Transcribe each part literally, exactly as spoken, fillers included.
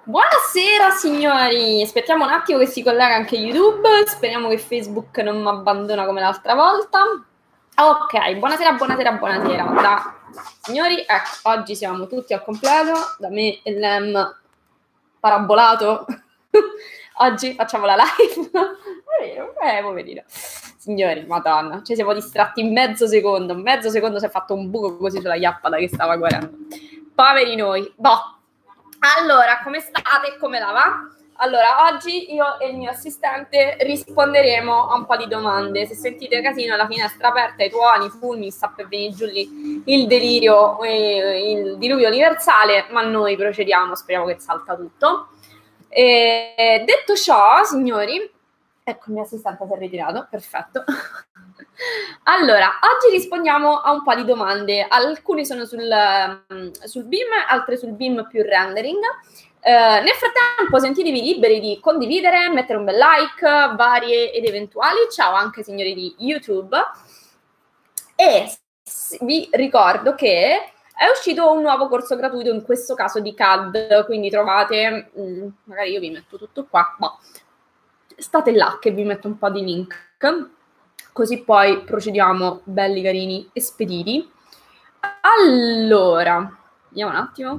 Buonasera signori, aspettiamo un attimo che si collega anche YouTube, speriamo che Facebook non mi abbandona come l'altra volta. Ok, buonasera, buonasera, buonasera. Da, signori, ecco, oggi siamo tutti al completo, da me e Lem parabolato. Oggi facciamo la live. È vero, eh, poverino. Signori, madonna, ci siamo distratti in mezzo secondo, mezzo secondo si è fatto un buco così sulla chiappata che stava guardando. Poveri noi. Boh. Allora, come state? Come la va? Allora, oggi io e il mio assistente risponderemo a un po' di domande. Se sentite casino, la finestra aperta, i tuoni, i fulmini, sta per venire giù lì il delirio, eh, il diluvio universale, ma noi procediamo, speriamo che salta tutto. E detto ciò, signori, ecco il mio assistente si è ritirato, perfetto. Allora, oggi rispondiamo a un po' di domande, alcune sono sul, sul Beam, altre sul Beam più rendering. Eh, nel frattempo sentitevi liberi di condividere, mettere un bel like, varie ed eventuali. Ciao anche signori di YouTube. E vi ricordo che è uscito un nuovo corso gratuito, in questo caso di C A D, quindi trovate, mh, magari io vi metto tutto qua, ma state là che vi metto un po' di link, così poi procediamo belli carini e spediti. Allora, vediamo un attimo.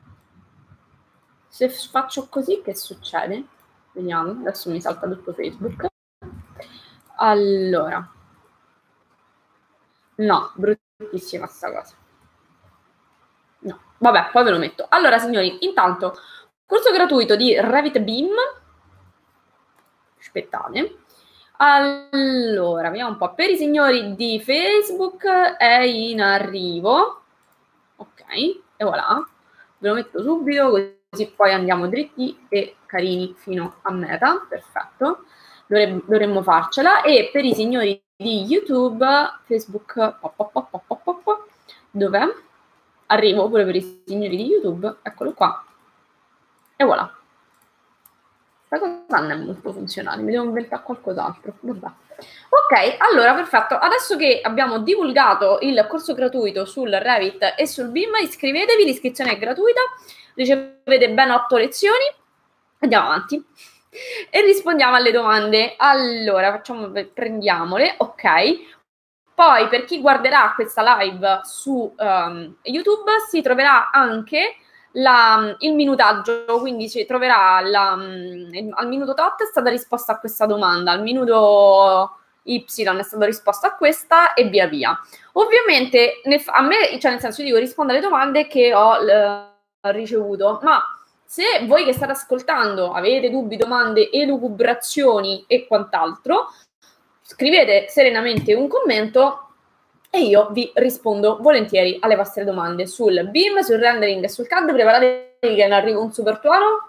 Se faccio così che succede? Vediamo, adesso mi salta tutto Facebook. Allora. No, bruttissima sta cosa. No, vabbè, poi ve lo metto. Allora, signori, intanto, corso gratuito di Revit Beam. Aspettate. Allora, vediamo un po'. Per i signori di Facebook è in arrivo. Ok, e voilà. Ve lo metto subito, così poi andiamo dritti e carini fino a meta. Perfetto. Dovremmo, dovremmo farcela. E per i signori di YouTube, Facebook, pop, pop, pop, pop, pop, dov'è? Arrivo pure per i signori di YouTube, eccolo qua. E voilà. Questa cosa non è molto funzionale, mi devo inventare qualcos'altro. Vabbè. Ok, allora perfetto. Adesso che abbiamo divulgato il corso gratuito sul Revit e sul Beam, iscrivetevi, l'iscrizione è gratuita, ricevete ben otto lezioni. Andiamo avanti e rispondiamo alle domande. Allora, facciamo, prendiamole, ok. Poi per chi guarderà questa live su um, YouTube si troverà anche la, il minutaggio, quindi si troverà la, il, al minuto tot è stata risposta a questa domanda, al minuto Y è stata risposta a questa e via via. Ovviamente nel, a me, cioè nel senso io dico rispondo alle domande che ho l, ricevuto, ma se voi che state ascoltando avete dubbi, domande, elucubrazioni e quant'altro, scrivete serenamente un commento e io vi rispondo volentieri alle vostre domande sul Beam, sul rendering e sul C A D. Preparatevi che ne arriva un super tuono.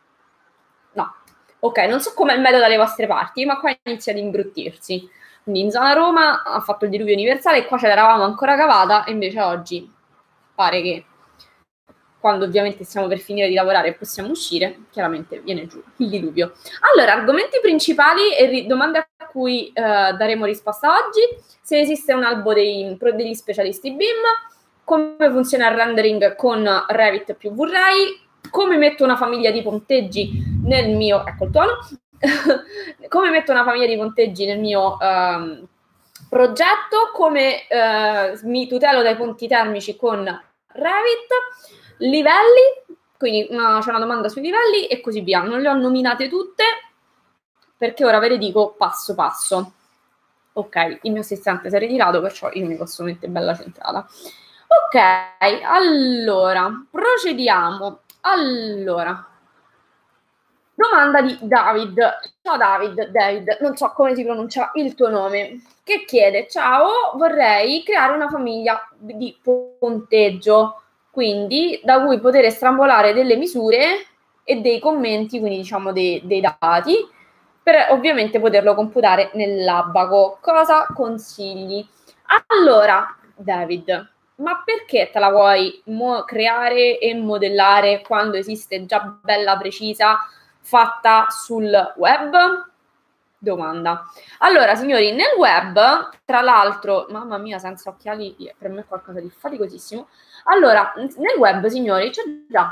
No, ok, non so com'è il metodo dalle vostre parti, ma qua inizia ad imbruttirsi. Quindi in zona Roma ha fatto il diluvio universale e qua ce l'eravamo ancora cavata e invece oggi pare che quando ovviamente stiamo per finire di lavorare e possiamo uscire, chiaramente viene giù il diluvio. Allora, argomenti principali e domande a cui eh, daremo risposta oggi: se esiste un albo dei, degli specialisti Beam, come funziona il rendering con Revit più V-Ray, come metto una famiglia di ponteggi nel mio, ecco il tuono, come metto una famiglia di ponteggi nel mio um, progetto, come uh, mi tutelo dai ponti termici con Revit, livelli, quindi no, c'è una domanda sui livelli e così via. Non le ho nominate tutte perché ora ve le dico passo passo. Ok, il mio assistente si è ritirato, perciò io mi posso mettere bella centrata. Ok, allora, procediamo. Allora, domanda di David. Ciao David, David, non so come si pronuncia il tuo nome, che chiede: ciao, vorrei creare una famiglia di ponteggio, quindi da cui poter estrambolare delle misure e dei commenti, quindi diciamo dei, dei dati, per ovviamente poterlo computare nell'abaco. Cosa consigli? Allora, David, ma perché te la vuoi mo- creare e modellare quando esiste già bella precisa fatta sul web? Domanda. Allora, signori, nel web, tra l'altro, mamma mia, senza occhiali, per me è qualcosa di faticosissimo. Allora, nel web, signori, c'è già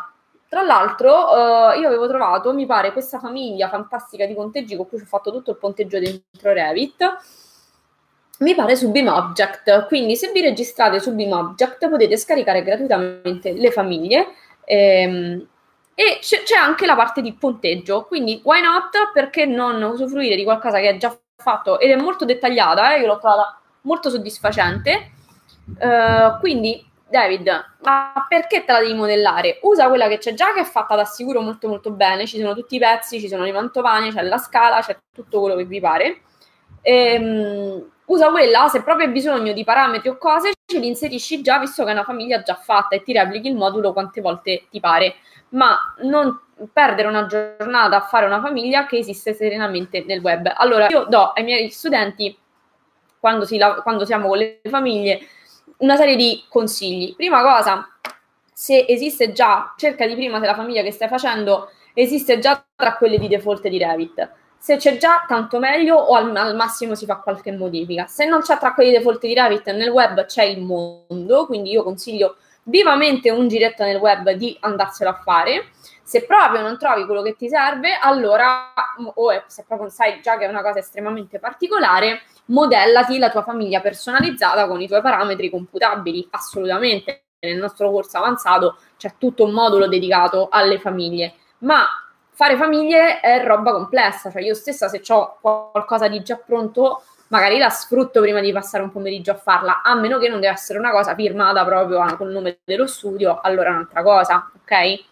Tra l'altro, eh, io avevo trovato, mi pare, questa famiglia fantastica di ponteggi con cui ho fatto tutto il ponteggio dentro Revit, mi pare su BeamObject. Quindi se vi registrate su BeamObject potete scaricare gratuitamente le famiglie, ehm, e c'è, c'è anche la parte di ponteggio, quindi why not? Perché non usufruire di qualcosa che è già fatto ed è molto dettagliata, eh? Io l'ho trovata molto soddisfacente. Uh, quindi David, ma perché te la devi modellare? Usa quella che c'è già, che è fatta da sicuro molto molto bene, ci sono tutti i pezzi, ci sono le mantovane, c'è la scala, c'è tutto quello che vi pare. Ehm, usa quella, se proprio hai bisogno di parametri o cose, ce li inserisci già, visto che è una famiglia già fatta, e ti replichi il modulo quante volte ti pare, ma non perdere una giornata a fare una famiglia che esiste serenamente nel web. Allora, io do ai miei studenti, quando, si, quando siamo con le famiglie, una serie di consigli. Prima cosa, se esiste già, cerca di prima se la famiglia che stai facendo esiste già tra quelle di default di Revit. Se c'è già, tanto meglio, o al, al massimo si fa qualche modifica. Se non c'è tra quelli default di Revit, nel web c'è il mondo, quindi io consiglio vivamente un giretto nel web di andarselo a fare. Se proprio non trovi quello che ti serve, allora, o se proprio sai già che è una cosa estremamente particolare, modellati la tua famiglia personalizzata con i tuoi parametri computabili, assolutamente. Nel nostro corso avanzato c'è tutto un modulo dedicato alle famiglie, ma fare famiglie è roba complessa, cioè io stessa se ho qualcosa di già pronto magari la sfrutto prima di passare un pomeriggio a farla, a meno che non deve essere una cosa firmata proprio con il nome dello studio, allora è un'altra cosa, ok?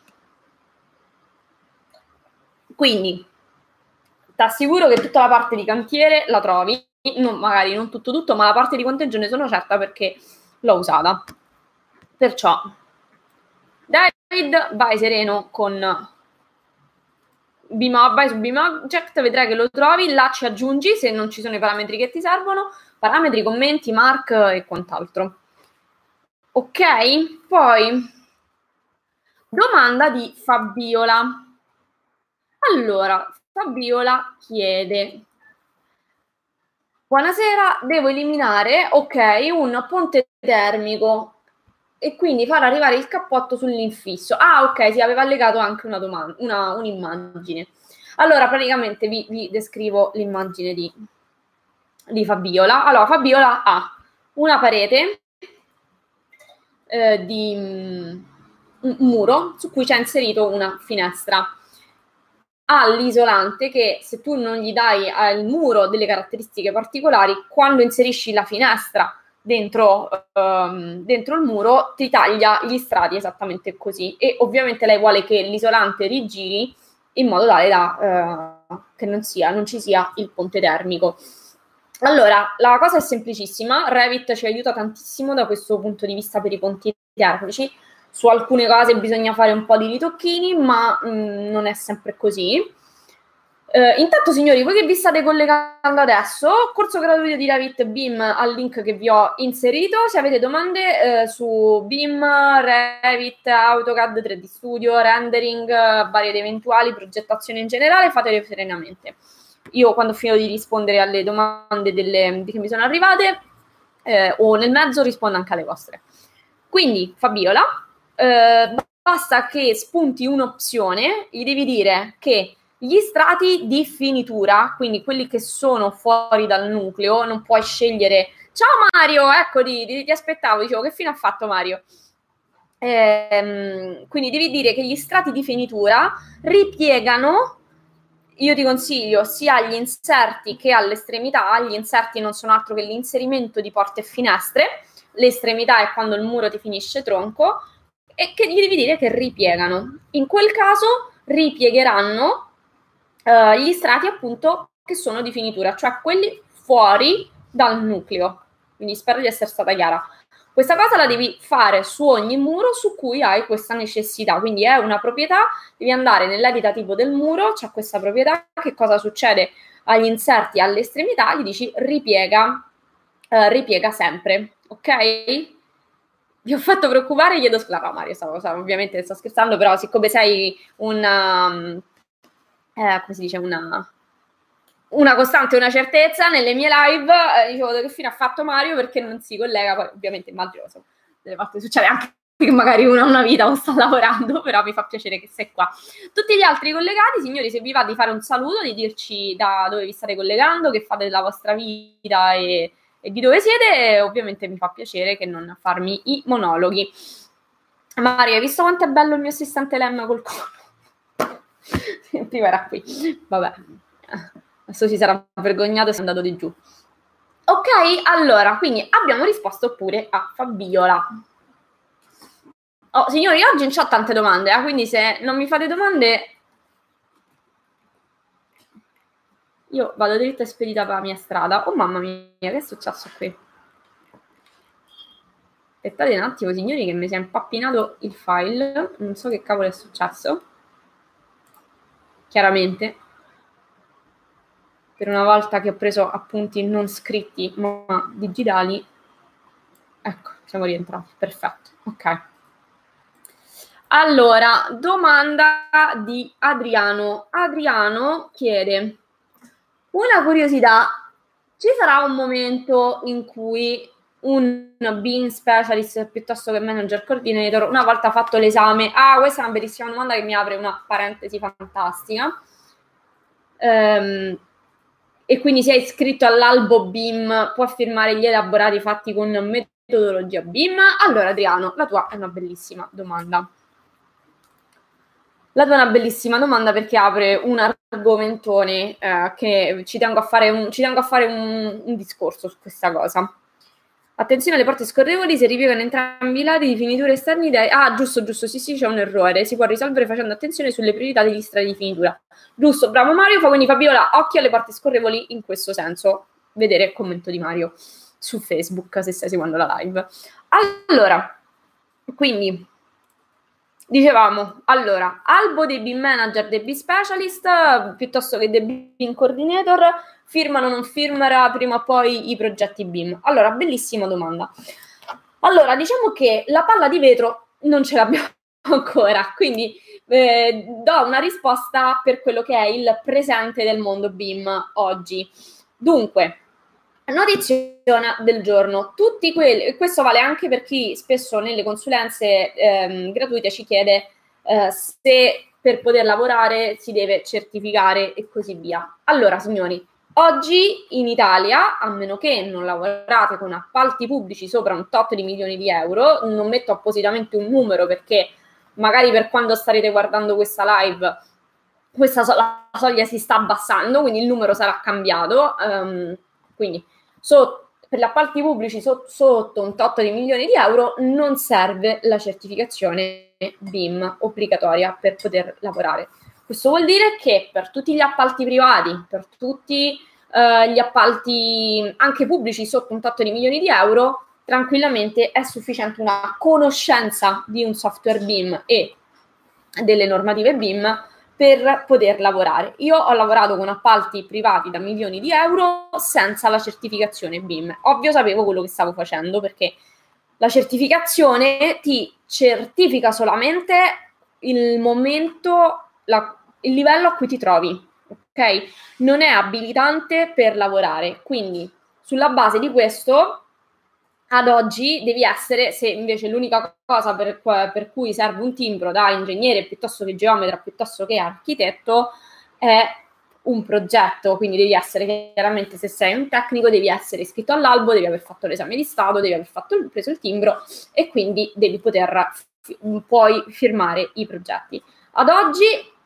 Quindi ti assicuro che tutta la parte di cantiere la trovi, non, magari non tutto tutto, ma la parte di conteggio ne sono certa perché l'ho usata. Perciò, David, vai sereno con Beam, vai su BeamObject, vedrai che lo trovi, là ci aggiungi se non ci sono i parametri che ti servono, parametri, commenti, mark e quant'altro. Ok? Poi, domanda di Fabiola. Allora, Fabiola chiede: buonasera, devo eliminare, ok, un ponte termico e quindi far arrivare il cappotto sull'infisso. Ah, ok, si aveva allegato anche una domanda, una, un'immagine. Allora, praticamente vi, vi descrivo l'immagine di, di Fabiola. Allora, Fabiola ha una parete eh, di um, un muro su cui c'è inserito una finestra. Ha l'isolante che, se tu non gli dai al muro delle caratteristiche particolari, quando inserisci la finestra dentro, um, dentro il muro ti taglia gli strati esattamente così, e ovviamente lei vuole che l'isolante rigiri in modo tale da uh, che non sia, non ci sia il ponte termico. Allora, la cosa è semplicissima, Revit ci aiuta tantissimo da questo punto di vista per i ponti termici. Su alcune cose bisogna fare un po' di ritocchini, ma mh, non è sempre così. Eh, intanto, signori, voi che vi state collegando adesso, corso gratuito di Revit Beam al link che vi ho inserito. Se avete domande eh, su Beam, Revit, AutoCAD, tre D Studio, rendering, varie ed eventuali, progettazione in generale, fatele serenamente. Io, quando ho finito di rispondere alle domande delle, che mi sono arrivate, eh, o nel mezzo, rispondo anche alle vostre. Quindi, Fabiola, eh, basta che spunti un'opzione, gli devi dire che gli strati di finitura, quindi quelli che sono fuori dal nucleo, non puoi scegliere. Ciao Mario, ecco, ti, ti, ti aspettavo, dicevo, che fine ha fatto Mario? Ehm, quindi devi dire che gli strati di finitura ripiegano. Io ti consiglio sia agli inserti che all'estremità. Gli inserti non sono altro che l'inserimento di porte e finestre, l'estremità è quando il muro ti finisce tronco, e che gli devi dire che ripiegano. In quel caso ripiegheranno uh, gli strati appunto che sono di finitura, cioè quelli fuori dal nucleo. Quindi spero di essere stata chiara. Questa cosa la devi fare su ogni muro su cui hai questa necessità, quindi è una proprietà, devi andare nell'edita tipo del muro, c'è questa proprietà, che cosa succede agli inserti all'estremità, gli dici ripiega, eh, ripiega sempre, ok? Vi ho fatto preoccupare, chiedo scusa, no Mario, stavo, stavo, ovviamente sto scherzando, però siccome sei una, um, eh, come si dice, una... una costante, una certezza nelle mie live, eh, dicevo che fine ha fatto Mario perché non si collega, poi ovviamente immagino insomma, delle volte succede anche che magari uno ha una vita o sta lavorando, però mi fa piacere che sei qua. Tutti gli altri collegati, signori, se vi va di fare un saluto, di dirci da dove vi state collegando, che fate della vostra vita e, e di dove siete, ovviamente mi fa piacere che non farmi i monologhi. Mario, hai visto quanto è bello il mio assistente Lem col cono? Prima era qui. Vabbè, adesso si sarà vergognato e si è andato di giù. Ok, allora, quindi abbiamo risposto pure a Fabiola. Oh, signori, oggi non c'ho tante domande, eh, quindi se non mi fate domande io vado dritta e spedita per la mia strada. Oh mamma mia, che è successo qui? Aspettate un attimo, signori, che mi si è impappinato il file. Non so che cavolo è successo. Chiaramente. Per una volta che ho preso appunti non scritti, ma digitali. Ecco, siamo rientrati. Perfetto. Ok. Allora, domanda di Adriano. Adriano chiede: una curiosità, ci sarà un momento in cui un Bean Specialist piuttosto che Manager Coordinator, una volta fatto l'esame, ah, questa è una bellissima domanda che mi apre una parentesi fantastica, um, e quindi se è iscritto all'albo B I M può firmare gli elaborati fatti con metodologia B I M? Allora Adriano, la tua è una bellissima domanda. La tua è una bellissima domanda perché apre un argomentone eh, che ci tengo a fare, un, ci tengo a fare un, un discorso su questa cosa. Attenzione alle porte scorrevoli, se ripiegano entrambi i lati di finiture esterni dai... Ah, giusto, giusto, sì, sì, c'è un errore. Si può risolvere facendo attenzione sulle priorità degli strati di finitura. Giusto, bravo Mario, fa quindi Fabiola, occhio alle porte scorrevoli in questo senso. Vedere il commento di Mario su Facebook se stai seguendo la live. Allora, quindi... Dicevamo, allora, albo dei B I M Manager, dei B I M Specialist, piuttosto che dei B I M Coordinator, firmano o non firmano prima o poi i progetti B I M? Allora, bellissima domanda. Allora, diciamo che la palla di vetro non ce l'abbiamo ancora, quindi eh, do una risposta per quello che è il presente del mondo B I M oggi. Dunque, notizia del giorno, tutti quelli, questo vale anche per chi spesso nelle consulenze ehm, gratuite ci chiede eh, se per poter lavorare si deve certificare e così via. Allora signori, oggi in Italia, a meno che non lavorate con appalti pubblici sopra un tot di milioni di euro, non metto appositamente un numero perché magari per quando starete guardando questa live questa so- la soglia si sta abbassando, quindi il numero sarà cambiato, um, quindi So, per gli appalti pubblici so, sotto un tot di milioni di euro non serve la certificazione B I M obbligatoria per poter lavorare. Questo vuol dire che per tutti gli appalti privati, per tutti eh, gli appalti anche pubblici sotto un tot di milioni di euro, tranquillamente è sufficiente una conoscenza di un software B I M e delle normative B I M per poter lavorare. Io ho lavorato con appalti privati da milioni di euro senza la certificazione B I M. Ovvio sapevo quello che stavo facendo perché la certificazione ti certifica solamente il momento, la, il livello a cui ti trovi, ok? Non è abilitante per lavorare. Quindi sulla base di questo ad oggi devi essere, se invece l'unica cosa per, per cui serve un timbro da ingegnere piuttosto che geometra, piuttosto che architetto, è un progetto, quindi devi essere chiaramente, se sei un tecnico, devi essere iscritto all'albo, devi aver fatto l'esame di Stato, devi aver fatto, preso il timbro e quindi devi poter poi firmare i progetti. Ad oggi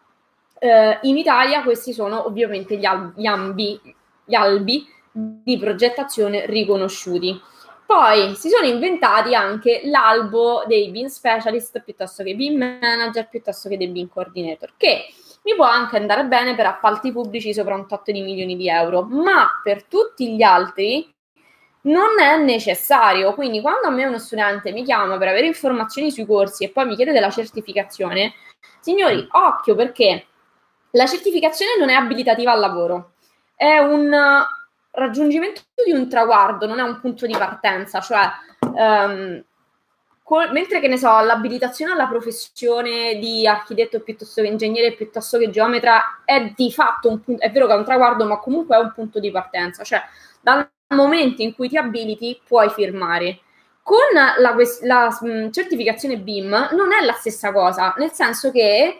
eh, in Italia questi sono ovviamente gli, al- gli, ambi, gli albi di progettazione riconosciuti. Poi si sono inventati anche l'albo dei B I M Specialist piuttosto che B I M Manager piuttosto che dei B I M Coordinator, che mi può anche andare bene per appalti pubblici sopra un tot di milioni di euro, ma per tutti gli altri non è necessario. Quindi quando a me uno studente mi chiama per avere informazioni sui corsi e poi mi chiede della certificazione, signori, occhio, perché la certificazione non è abilitativa al lavoro, è un raggiungimento di un traguardo, non è un punto di partenza, cioè um, col, mentre che ne so, l'abilitazione alla professione di architetto piuttosto che ingegnere piuttosto che geometra è di fatto un punto, è vero che è un traguardo, ma comunque è un punto di partenza, cioè dal momento in cui ti abiliti puoi firmare. Con la, la mh, certificazione B I M non è la stessa cosa, nel senso che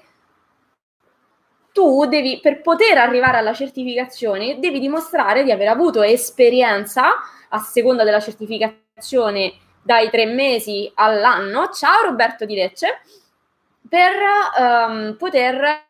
tu devi, per poter arrivare alla certificazione, devi dimostrare di aver avuto esperienza, a seconda della certificazione, dai tre mesi all'anno. Ciao Roberto di Lecce, per um, poter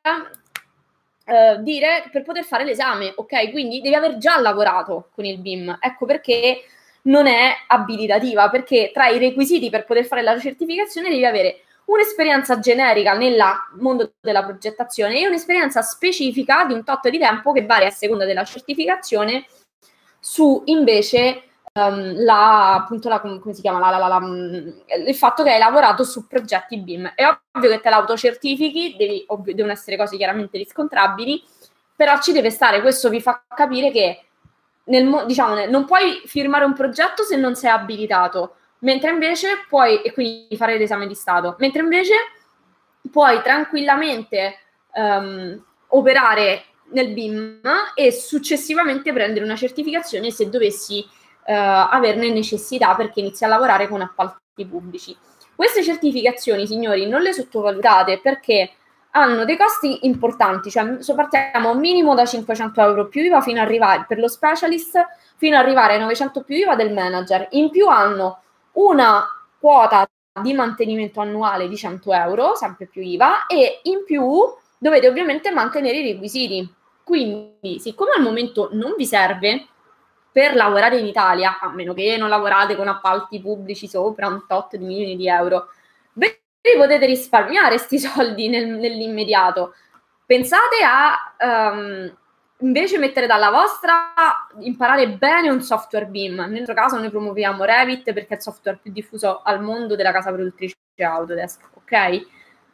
uh, dire, per poter fare l'esame, ok? Quindi devi aver già lavorato con il B I M. Ecco perché non è abilitativa, perché tra i requisiti per poter fare la certificazione devi avere un'esperienza generica nel mondo della progettazione e un'esperienza specifica di un tot di tempo che varia a seconda della certificazione su invece um, la, appunto la, come si chiama, la, la, la, il fatto che hai lavorato su progetti B I M. È ovvio che te l'autocertifichi, devi, ovvio, devono essere cose chiaramente riscontrabili, però ci deve stare, questo vi fa capire che nel, diciamo, non puoi firmare un progetto se non sei abilitato, mentre invece puoi, e quindi fare l'esame di Stato, mentre invece puoi tranquillamente um, operare nel B I M e successivamente prendere una certificazione se dovessi uh, averne necessità, perché inizi a lavorare con appalti pubblici. Queste certificazioni, signori, non le sottovalutate, perché hanno dei costi importanti, cioè partiamo minimo da cinquecento euro più I V A fino ad arrivare, per lo specialist, fino ad arrivare ai novecento più I V A del manager. In più hanno una quota di mantenimento annuale di cento euro, sempre più I V A, e in più dovete ovviamente mantenere i requisiti. Quindi, siccome al momento non vi serve per lavorare in Italia, a meno che non lavorate con appalti pubblici sopra un tot di milioni di euro, beh, potete risparmiare questi soldi nel, nell'immediato. Pensate a um, invece mettere dalla vostra, imparare bene un software B I M. Nel nostro caso noi promuoviamo Revit perché è il software più diffuso al mondo della casa produttrice Autodesk, ok?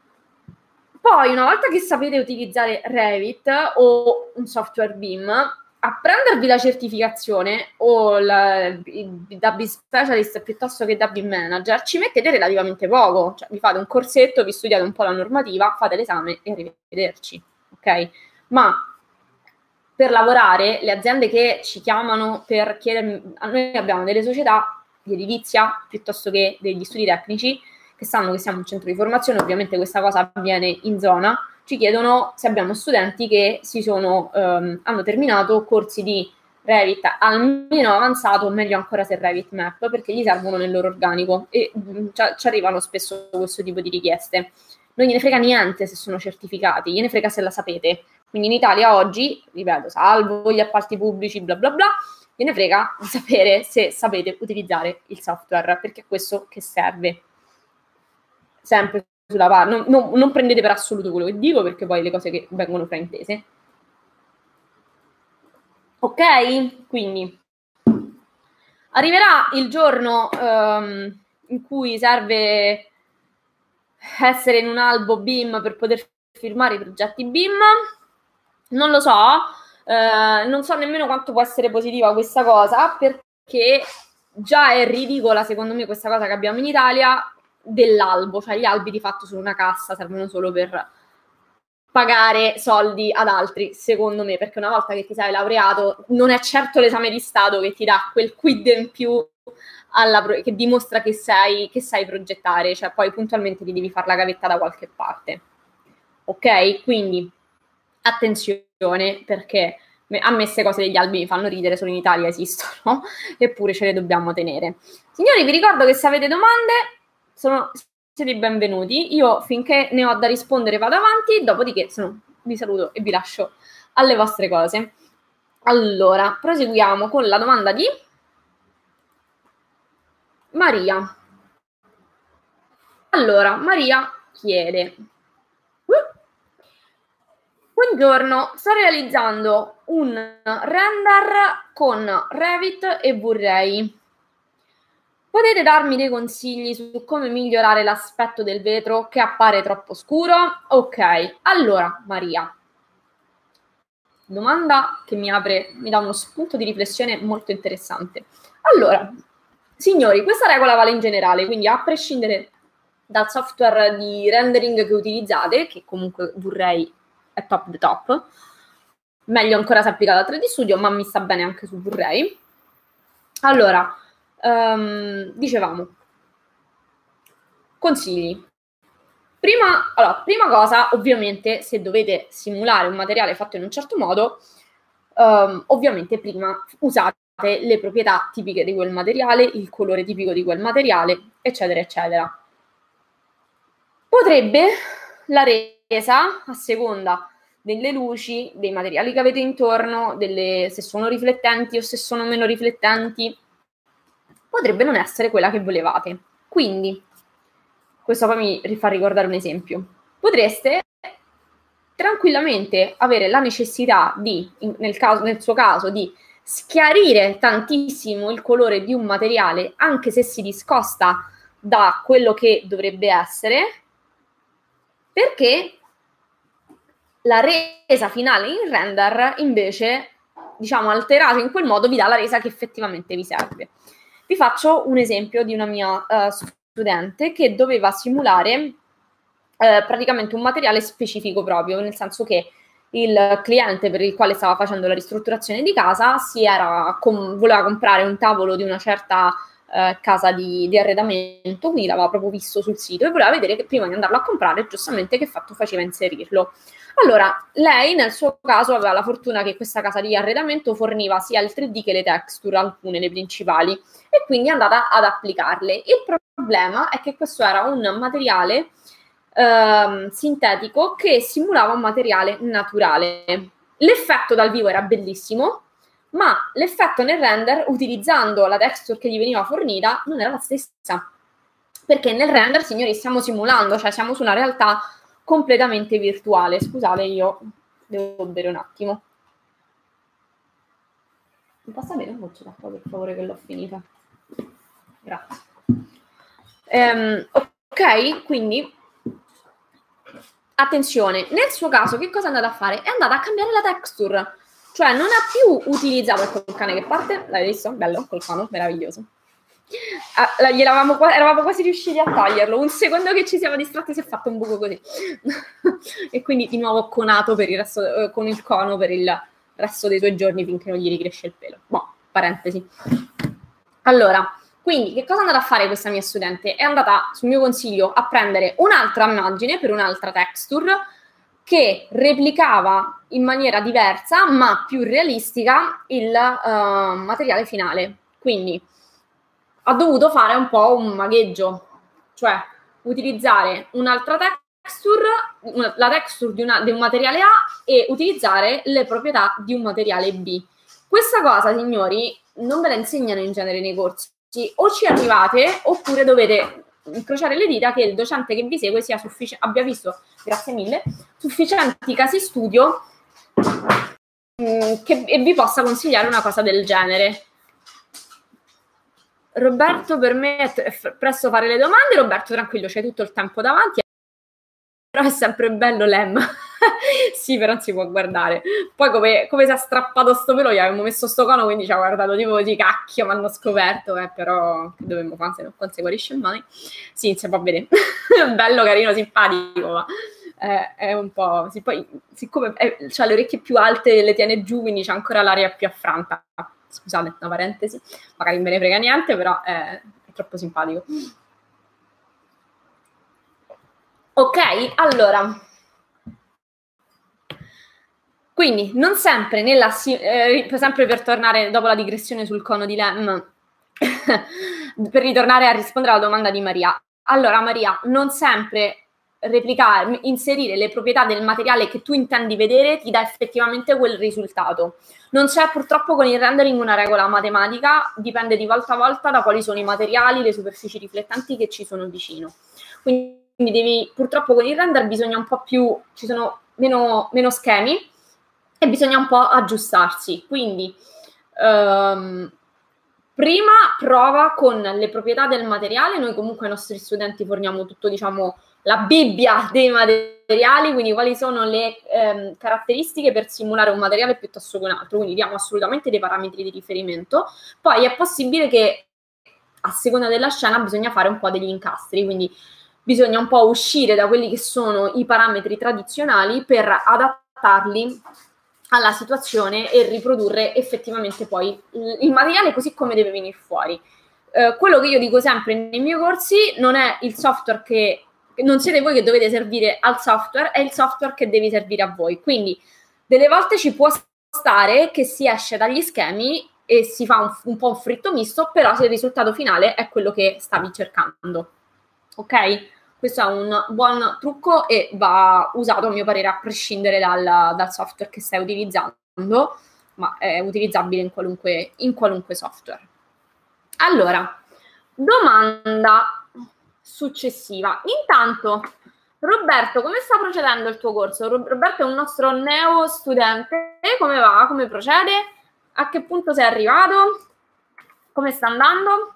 Poi una volta che sapete utilizzare Revit o un software B I M, a prendervi la certificazione o la, da B I M Specialist piuttosto che da B I M Manager ci mettete relativamente poco, cioè vi fate un corsetto, vi studiate un po' la normativa, fate l'esame e arrivederci, ok? Ma per lavorare, le aziende che ci chiamano per chiedermi, noi abbiamo delle società di edilizia piuttosto che degli studi tecnici che sanno che siamo un centro di formazione, ovviamente questa cosa avviene in zona, ci chiedono se abbiamo studenti che si sono, um, hanno terminato corsi di Revit almeno avanzato, o meglio ancora se Revit Map, perché gli servono nel loro organico e um, ci arrivano spesso questo tipo di richieste. Non gliene frega niente se sono certificati, gliene frega se la sapete. Quindi in Italia oggi, ripeto, salvo gli appalti pubblici, bla bla bla, gliene frega di sapere se sapete utilizzare il software, perché è questo che serve. Sempre sulla parte, non, non, non prendete per assoluto quello che dico, perché poi le cose che vengono fraintese. Ok? Quindi arriverà il giorno um, in cui serve essere in un albo B I M per poter firmare i progetti B I M. Non lo so, eh, non so nemmeno quanto può essere positiva questa cosa, perché già è ridicola secondo me questa cosa che abbiamo in Italia dell'albo, cioè gli albi di fatto sono una cassa, servono solo per pagare soldi ad altri, secondo me, perché una volta che ti sei laureato non è certo l'esame di Stato che ti dà quel quid in più alla pro- che dimostra che sai, che sai progettare, cioè poi puntualmente ti devi fare la gavetta da qualche parte. Ok? Quindi attenzione, perché a me queste cose degli albi mi fanno ridere, solo in Italia esistono, eppure ce le dobbiamo tenere. Signori, vi ricordo che se avete domande sono, siete benvenuti. Io finché ne ho da rispondere vado avanti, dopodiché sono, vi saluto e vi lascio alle vostre cose. Allora, proseguiamo con la domanda di Maria. Allora, Maria chiede: buongiorno, sto realizzando un render con Revit e vorrei. Potete darmi dei consigli su come migliorare l'aspetto del vetro che appare troppo scuro? Ok, allora Maria, domanda che mi apre, mi dà uno spunto di riflessione molto interessante. Allora, signori, questa regola vale in generale, quindi a prescindere dal software di rendering che utilizzate, che comunque vorrei è top the top, meglio ancora se applicato a tre D Studio, ma mi sta bene anche su Vorrei. Allora, um, dicevamo, Consigli. Prima, allora, prima cosa, ovviamente, se dovete simulare un materiale fatto in un certo modo, um, ovviamente prima usate le proprietà tipiche di quel materiale, il colore tipico di quel materiale, eccetera, eccetera. Potrebbe la resa, a seconda delle luci, dei materiali che avete intorno, delle, se sono riflettenti o se sono meno riflettenti, potrebbe non essere quella che volevate. Quindi, questo poi mi fa ricordare un esempio. Potreste tranquillamente avere la necessità di, nel, caso, nel suo caso, di schiarire tantissimo il colore di un materiale, anche se si discosta da quello che dovrebbe essere, perché la resa finale in render, invece, diciamo, alterato in quel modo, vi dà la resa che effettivamente vi serve. Vi faccio un esempio di una mia uh, studente che doveva simulare Uh, praticamente un materiale specifico proprio, nel senso che il cliente per il quale stava facendo la ristrutturazione di casa si era com- voleva comprare un tavolo di una certa uh, casa di, di arredamento, quindi l'aveva proprio visto sul sito e voleva vedere che prima di andarlo a comprare giustamente che fatto faceva inserirlo. Allora, lei nel suo caso aveva la fortuna che questa casa di arredamento forniva sia il tre D che le texture, alcune, le principali, e quindi è andata ad applicarle. Il problema è che questo era un materiale Uh, sintetico che simulava un materiale naturale. L'effetto dal vivo era bellissimo, ma l'effetto nel render, utilizzando la texture che gli veniva fornita, non era la stessa. Perché nel render, signori, stiamo simulando, cioè siamo su una realtà completamente virtuale. Scusate, io devo bere un attimo. Mi passa bene un goccio d'acqua, per favore, che l'ho finita. Grazie. Um, ok, quindi attenzione, nel suo caso che cosa è andata a fare? È andata a cambiare la texture, cioè non ha più utilizzato, ecco il cane che parte, l'hai visto? Bello, col cono, meraviglioso. Ah, gliel'avamo, eravamo quasi riusciti a toglierlo, un secondo che ci siamo distratti si è fatto un buco così. E quindi di nuovo conato per il resto, eh, con il cono per il resto dei suoi giorni finché non gli ricresce il pelo. Boh, parentesi. Allora, quindi, che cosa è andata a fare questa mia studente? È andata, sul mio consiglio, a prendere un'altra immagine per un'altra texture che replicava in maniera diversa, ma più realistica, il uh, materiale finale. Quindi, ha dovuto fare un po' un magheggio, cioè utilizzare un'altra texture, una, la texture di, una, di un materiale A e utilizzare le proprietà di un materiale B. Questa cosa, signori, non ve la insegnano in genere nei corsi. O ci arrivate oppure dovete incrociare le dita che il docente che vi segue sia suffic- abbia visto, grazie mille, sufficienti casi studio mh, che, e vi possa consigliare una cosa del genere. Roberto, per me è f- presto fare le domande. Roberto, tranquillo, c'hai tutto il tempo davanti. Però è sempre bello l'Em. Sì, però non si può guardare. Poi come, come si è strappato sto pelo, gli avevamo messo sto cono, quindi ci ha guardato tipo così, cacchio, mi hanno scoperto, eh, però che dovevamo fare se non si guarisce mai? Sì, si può vedere. Bello, carino, simpatico, ma eh, è un po'... Sì, poi, siccome ha le orecchie più alte, le tiene giù, quindi c'ha ancora l'aria più affranta. Scusate, una parentesi, magari non me ne frega niente, però è, è troppo simpatico. Ok, allora... Quindi non sempre, nella, eh, sempre per tornare dopo la digressione sul cono di Lem, per ritornare a rispondere alla domanda di Maria. Allora Maria, non sempre replicare, inserire le proprietà del materiale che tu intendi vedere ti dà effettivamente quel risultato. Non c'è purtroppo con il rendering una regola matematica, dipende di volta a volta da quali sono i materiali, le superfici riflettenti che ci sono vicino. Quindi devi, purtroppo con il render bisogna un po' più, ci sono meno, meno schemi, e bisogna un po' aggiustarsi. Quindi um, prima prova con le proprietà del materiale. Noi comunque ai nostri studenti forniamo tutto, diciamo, la Bibbia dei materiali, quindi quali sono le ehm, caratteristiche per simulare un materiale piuttosto che un altro, quindi diamo assolutamente dei parametri di riferimento. Poi è possibile che a seconda della scena bisogna fare un po' degli incastri, quindi bisogna un po' uscire da quelli che sono i parametri tradizionali per adattarli alla situazione e riprodurre effettivamente poi il materiale così come deve venire fuori. Eh, quello che io dico sempre nei miei corsi non è il software che, non siete voi che dovete servire al software, è il software che deve servire a voi. Quindi delle volte ci può stare che si esce dagli schemi e si fa un, un po' un fritto misto, però se il risultato finale è quello che stavi cercando. Ok? Questo è un buon trucco e va usato, a mio parere, a prescindere dal, dal software che stai utilizzando, ma è utilizzabile in qualunque, in qualunque software. Allora, domanda successiva. Intanto, Roberto, come sta procedendo il tuo corso? Roberto è un nostro neo studente. Come va? Come procede? A che punto sei arrivato? Come sta andando?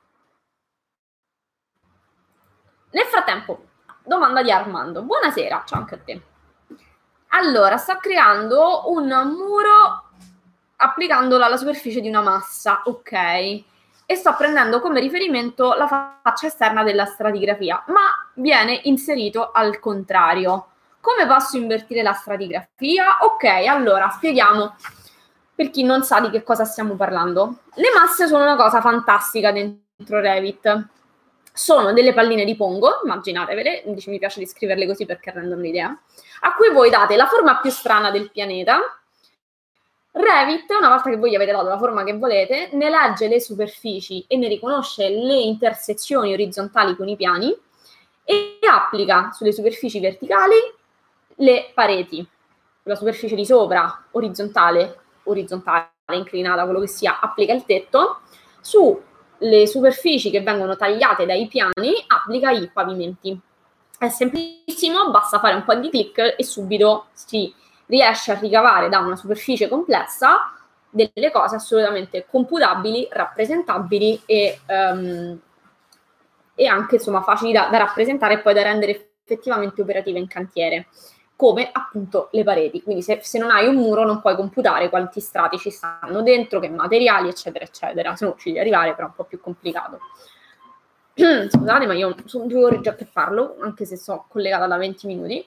Nel frattempo, domanda di Armando. Buonasera, ciao anche a te. Allora, sta creando un muro applicandolo alla superficie di una massa, ok? E sto prendendo come riferimento la faccia esterna della stratigrafia, ma viene inserito al contrario. Come posso invertire la stratigrafia? Ok, allora spieghiamo per chi non sa di che cosa stiamo parlando. Le masse sono una cosa fantastica dentro Revit. Sono delle palline di pongo, immaginatevele, dice, mi piace descriverle così perché rendono l'idea, a cui voi date la forma più strana del pianeta. Revit, una volta che voi gli avete dato la forma che volete, ne legge le superfici e ne riconosce le intersezioni orizzontali con i piani e applica sulle superfici verticali le pareti. La superficie di sopra, orizzontale, orizzontale, inclinata, quello che sia, applica il tetto. Sulle superfici che vengono tagliate dai piani, applica i pavimenti. È semplicissimo, basta fare un po' di click e subito si riesce a ricavare da una superficie complessa delle cose assolutamente computabili, rappresentabili e, um, e anche insomma facili da, da rappresentare e poi da rendere effettivamente operative in cantiere, come appunto le pareti. Quindi se, se non hai un muro non puoi computare quanti strati ci stanno dentro, che materiali, eccetera, eccetera. Se no ci devi arrivare, però è un po' più complicato. Scusate, ma io sono due ore già che parlo, anche se sono collegata da venti minuti.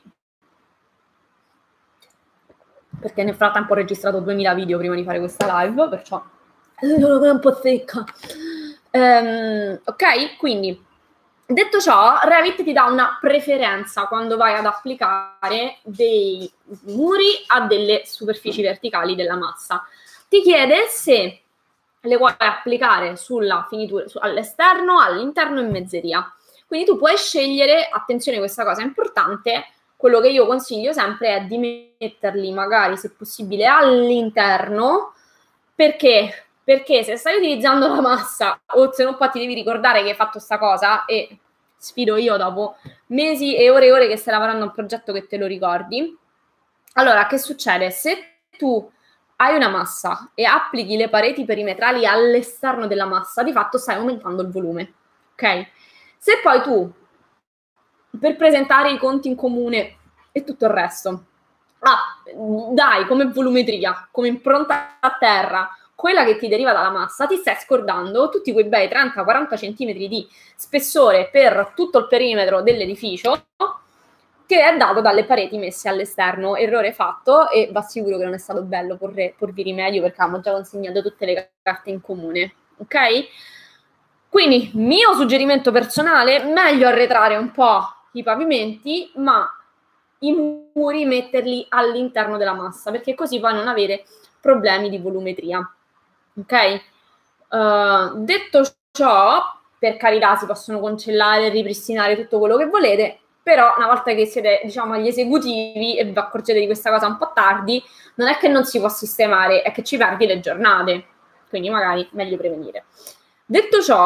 Perché nel frattempo ho registrato duemila video prima di fare questa live, perciò sono un po' secca. Um, ok, quindi detto ciò, Revit ti dà una preferenza quando vai ad applicare dei muri a delle superfici verticali della massa. Ti chiede se le vuoi applicare sulla finitura, su, all'esterno, all'interno e in mezzeria. Quindi tu puoi scegliere, attenzione, questa cosa è importante. Quello che io consiglio sempre è di metterli magari, se possibile, all'interno, perché? Perché se stai utilizzando la massa, o se no poi ti devi ricordare che hai fatto sta cosa, e sfido io dopo mesi e ore e ore che stai lavorando a un progetto che te lo ricordi. Allora, che succede? Se tu hai una massa e applichi le pareti perimetrali all'esterno della massa, di fatto stai aumentando il volume, ok? Se poi tu, per presentare i conti in comune e tutto il resto, ah, dai come volumetria, come impronta a terra, quella che ti deriva dalla massa, ti stai scordando tutti quei bei trenta quaranta centimetri di spessore per tutto il perimetro dell'edificio che è dato dalle pareti messe all'esterno. Errore fatto, e va sicuro che non è stato bello porre, porvi rimedio, perché abbiamo già consegnato tutte le carte in comune, ok? Quindi, mio suggerimento personale, meglio arretrare un po' i pavimenti, ma i muri metterli all'interno della massa, perché così poi non avere problemi di volumetria, ok? Uh, detto ciò, per carità, si possono cancellare e ripristinare tutto quello che volete, però una volta che siete, diciamo, agli esecutivi e vi accorgete di questa cosa un po' tardi, non è che non si può sistemare, è che ci perdi le giornate, quindi magari meglio prevenire. Detto ciò,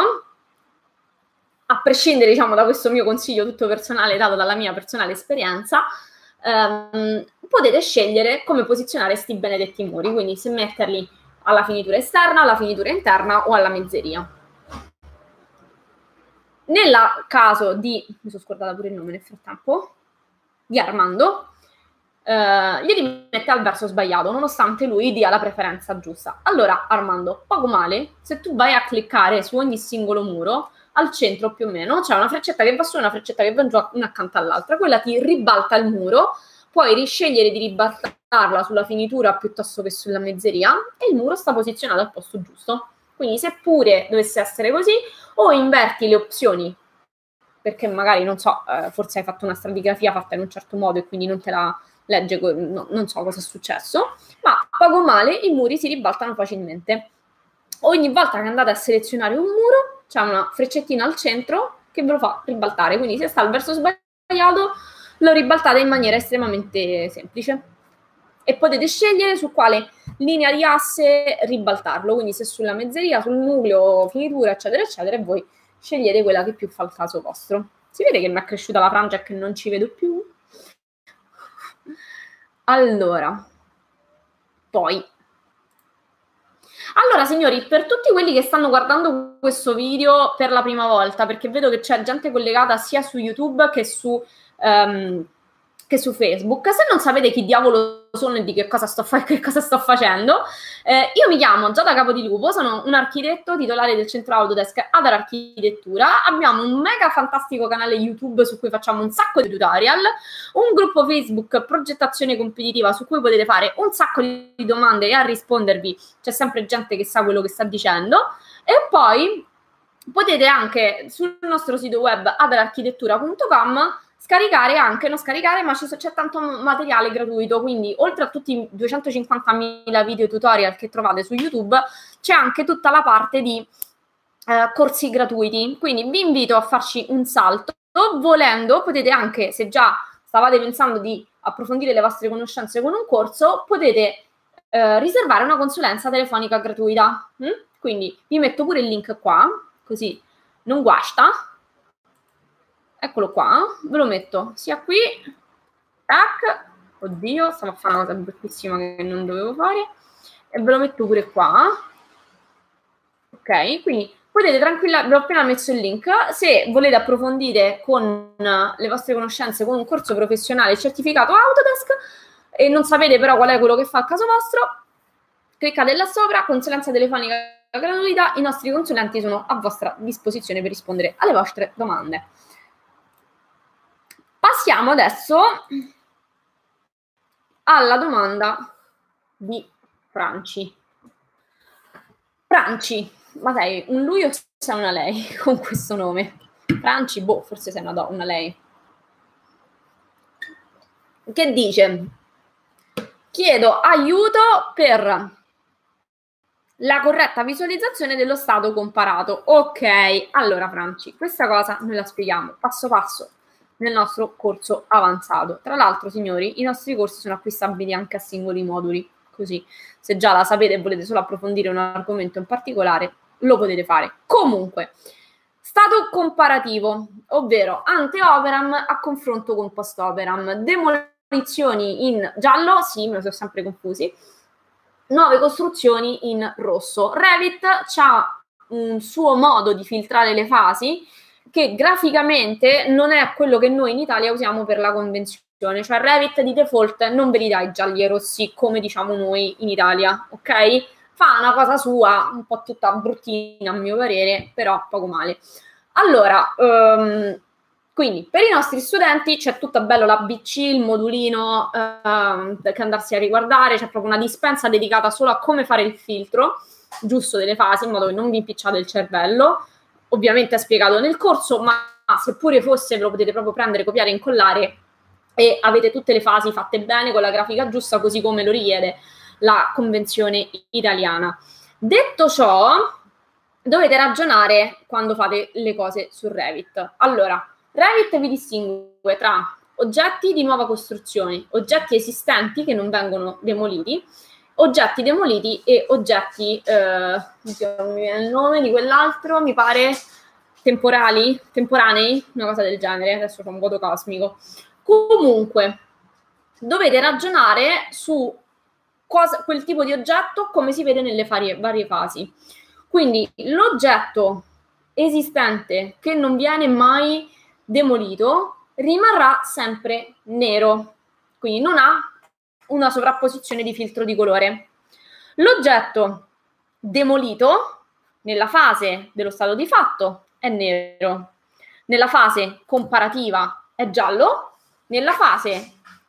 a prescindere, diciamo, da questo mio consiglio tutto personale dato dalla mia personale esperienza, ehm, potete scegliere come posizionare sti benedetti muri, quindi se metterli alla finitura esterna, alla finitura interna o alla mezzeria. Nel caso di, mi sono scordata pure il nome nel frattempo, di Armando, eh, gli rimette al verso sbagliato, nonostante lui dia la preferenza giusta. Allora, Armando, poco male, se tu vai a cliccare su ogni singolo muro, al centro più o meno c'è una freccetta che va su e una freccetta che va giù, una accanto all'altra, quella ti ribalta il muro, puoi riscegliere di ribaltarla sulla finitura piuttosto che sulla mezzeria e il muro sta posizionato al posto giusto. Quindi se pure dovesse essere così, o inverti le opzioni, perché magari, non so, eh, forse hai fatto una stratigrafia fatta in un certo modo e quindi non te la legge, no, non so cosa è successo, ma poco male i muri si ribaltano facilmente. Ogni volta che andate a selezionare un muro c'è una freccettina al centro che ve lo fa ribaltare, quindi se sta al verso sbagliato lo ribaltate in maniera estremamente semplice e potete scegliere su quale linea di asse ribaltarlo, quindi se sulla mezzeria, sul nucleo, finitura, eccetera, eccetera, e voi scegliete quella che più fa il caso vostro. Si vede che mi è cresciuta la frangia e che non ci vedo più? Allora, poi... Allora, signori, per tutti quelli che stanno guardando questo video per la prima volta, perché vedo che c'è gente collegata sia su YouTube che su, um, che su Facebook, se non sapete chi diavolo sono e di che cosa sto, fa- che cosa sto facendo, eh, io mi chiamo Giada Capodilupo, sono un architetto titolare del centro Autodesk Adar Architettura, abbiamo un mega fantastico canale YouTube su cui facciamo un sacco di tutorial, un gruppo Facebook Progettazione Competitiva su cui potete fare un sacco di domande e a rispondervi c'è sempre gente che sa quello che sta dicendo, e poi potete anche sul nostro sito web adararchitettura punto com scaricare anche, non scaricare, ma c'è tanto materiale gratuito, quindi oltre a tutti i duecentocinquantamila video tutorial che trovate su YouTube, c'è anche tutta la parte di eh, corsi gratuiti, quindi vi invito a farci un salto, volendo potete anche, se già stavate pensando di approfondire le vostre conoscenze con un corso, potete eh, riservare una consulenza telefonica gratuita, mm? Quindi vi metto pure il link qua, così non guasta. Eccolo qua, ve lo metto sia qui, tac, oddio, stavo a fare una cosa bruttissima che non dovevo fare, e ve lo metto pure qua, ok? Quindi potete tranquillamente, vi ho appena messo il link, se volete approfondire con le vostre conoscenze con un corso professionale certificato Autodesk e non sapete però qual è quello che fa al caso vostro, cliccate là sopra, consulenza telefonica gratuita, i nostri consulenti sono a vostra disposizione per rispondere alle vostre domande. Passiamo adesso alla domanda di Franci. Franci, ma sei un lui o sei una lei con questo nome? Franci, boh, forse sei una, do, una lei. Che dice? Chiedo aiuto per la corretta visualizzazione dello stato comparato. Ok, allora Franci, questa cosa noi la spieghiamo passo passo nel nostro corso avanzato. Tra l'altro, signori, i nostri corsi sono acquistabili anche a singoli moduli, così se già la sapete e volete solo approfondire un argomento in particolare, lo potete fare. Comunque, stato comparativo, ovvero ante operam a confronto con post operam, demolizioni in giallo, sì, me lo sono sempre confusi, nuove costruzioni in rosso. Revit ha un suo modo di filtrare le fasi che graficamente non è quello che noi in Italia usiamo per la convenzione, cioè Revit di default non ve li dà i gialli e rossi come diciamo noi in Italia, ok? Fa una cosa sua, un po' tutta bruttina a mio parere, però poco male. Allora, um, quindi per i nostri studenti c'è tutto bello l'A B C, il modulino uh, che andarsi a riguardare, c'è proprio una dispensa dedicata solo a come fare il filtro giusto delle fasi, in modo che non vi impicciate il cervello. Ovviamente è spiegato nel corso, ma seppure fosse, ve lo potete proprio prendere, copiare e incollare e avete tutte le fasi fatte bene con la grafica giusta, così come lo richiede la convenzione italiana. Detto ciò, dovete ragionare quando fate le cose su Revit. Allora, Revit vi distingue tra oggetti di nuova costruzione, oggetti esistenti che non vengono demoliti, oggetti demoliti e oggetti, eh, non mi viene il nome di quell'altro, mi pare temporali, temporanei, una cosa del genere, adesso c'è un vuoto cosmico. Comunque, dovete ragionare su cosa, quel tipo di oggetto come si vede nelle varie, varie fasi. Quindi l'oggetto esistente che non viene mai demolito rimarrà sempre nero, quindi non ha una sovrapposizione di filtro di colore. L'oggetto demolito nella fase dello stato di fatto è nero, nella fase comparativa è giallo, nella fase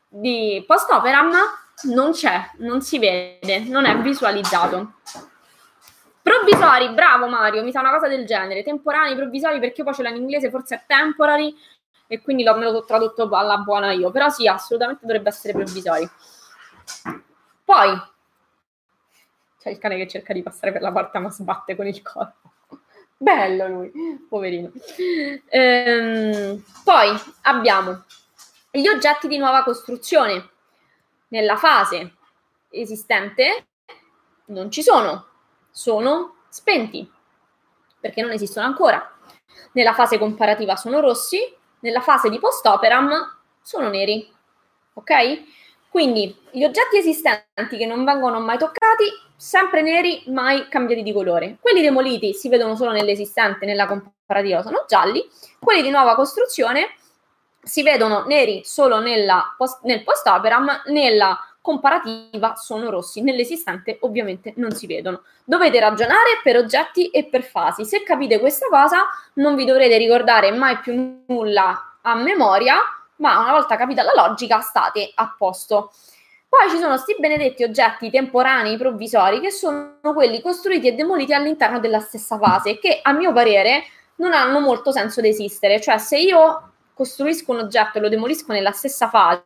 di post operam non c'è, non si vede, non è visualizzato. Provvisori, bravo Mario, mi sa una cosa del genere. Temporanei, provvisori, perché poi ce l'ho in inglese, forse è temporary, e quindi l'ho, me l'ho tradotto alla buona io. Però sì, assolutamente dovrebbe essere provvisori. Poi, c'è il cane che cerca di passare per la porta ma sbatte con il corpo. Bello lui, poverino. Ehm, poi abbiamo gli oggetti di nuova costruzione. Nella fase esistente non ci sono, sono spenti, perché non esistono ancora. Nella fase comparativa sono rossi, nella fase di post-operam sono neri, ok? Quindi gli oggetti esistenti che non vengono mai toccati, sempre neri, mai cambiati di colore. Quelli demoliti si vedono solo nell'esistente, nella comparativa sono gialli, quelli di nuova costruzione si vedono neri solo nella post, nel post-operam, nella comparativa sono rossi, nell'esistente ovviamente non si vedono. Dovete ragionare per oggetti e per fasi. Se capite questa cosa non vi dovrete ricordare mai più nulla a memoria, ma una volta capita la logica state a posto. Poi ci sono sti benedetti oggetti temporanei provvisori che sono quelli costruiti e demoliti all'interno della stessa fase, che a mio parere non hanno molto senso di esistere. Cioè, se io costruisco un oggetto e lo demolisco nella stessa fase,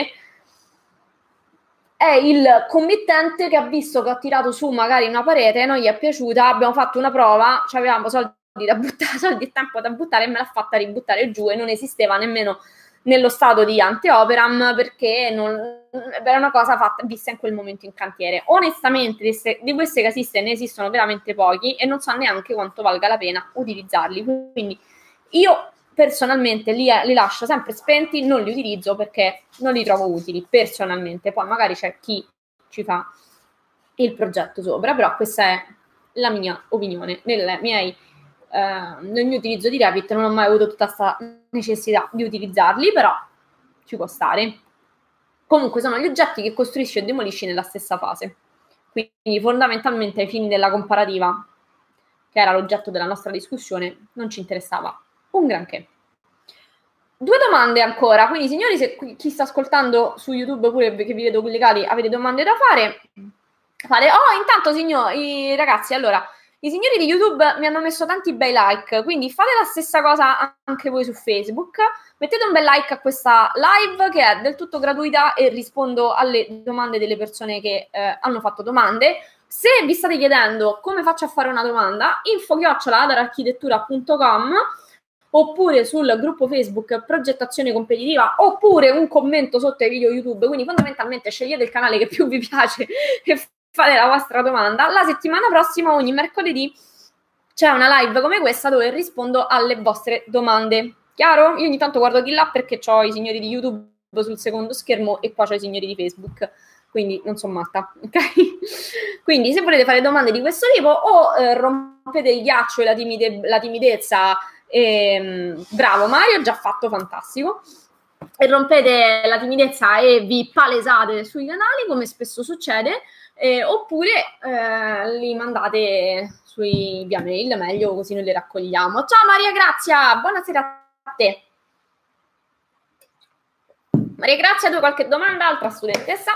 è il committente che ha visto che ho tirato su magari una parete, non gli è piaciuta, abbiamo fatto una prova, cioè avevamo soldi da buttare, soldi e tempo da buttare, e me l'ha fatta ributtare giù, e non esisteva nemmeno nello stato di ante-operam, perché non, era una cosa fatta, vista in quel momento in cantiere. Onestamente di queste casiste ne esistono veramente pochi e non so neanche quanto valga la pena utilizzarli, quindi io personalmente li, li lascio sempre spenti, non li utilizzo perché non li trovo utili personalmente. Poi magari c'è chi ci fa il progetto sopra, però questa è la mia opinione. Nelle miei, eh, nel mio utilizzo di Revit non ho mai avuto tutta questa necessità di utilizzarli, però ci può stare. Comunque sono gli oggetti che costruisci e demolisci nella stessa fase, quindi fondamentalmente ai fini della comparativa, che era l'oggetto della nostra discussione, non ci interessava un granché. Due domande ancora, quindi signori, se chi sta ascoltando su YouTube pure che vi vedo collegati avete domande da fare, fate. Oh, intanto signori, ragazzi, allora, i signori di YouTube mi hanno messo tanti bei like, quindi fate la stessa cosa anche voi su Facebook, mettete un bel like a questa live che è del tutto gratuita e rispondo alle domande delle persone che eh, hanno fatto domande. Se vi state chiedendo come faccio a fare una domanda, info chiocciola adararchitettura punto com, oppure sul gruppo Facebook Progettazione Competitiva, oppure un commento sotto ai video YouTube. Quindi fondamentalmente scegliete il canale che più vi piace e fate la vostra domanda. La settimana prossima, ogni mercoledì, c'è una live come questa dove rispondo alle vostre domande. Chiaro? Io ogni tanto guardo di là perché ho i signori di YouTube sul secondo schermo e qua c'ho i signori di Facebook, quindi non sono matta, ok? Quindi se volete fare domande di questo tipo o eh, rompete il ghiaccio e la, timide- la timidezza, e, bravo Mario, già fatto, fantastico, e rompete la timidezza e vi palesate sui canali come spesso succede, eh, oppure eh, li mandate sui via mail, meglio, così noi le raccogliamo. Ciao Maria Grazia, buonasera a te. Maria Grazia, tu hai qualche domanda? Altra studentessa?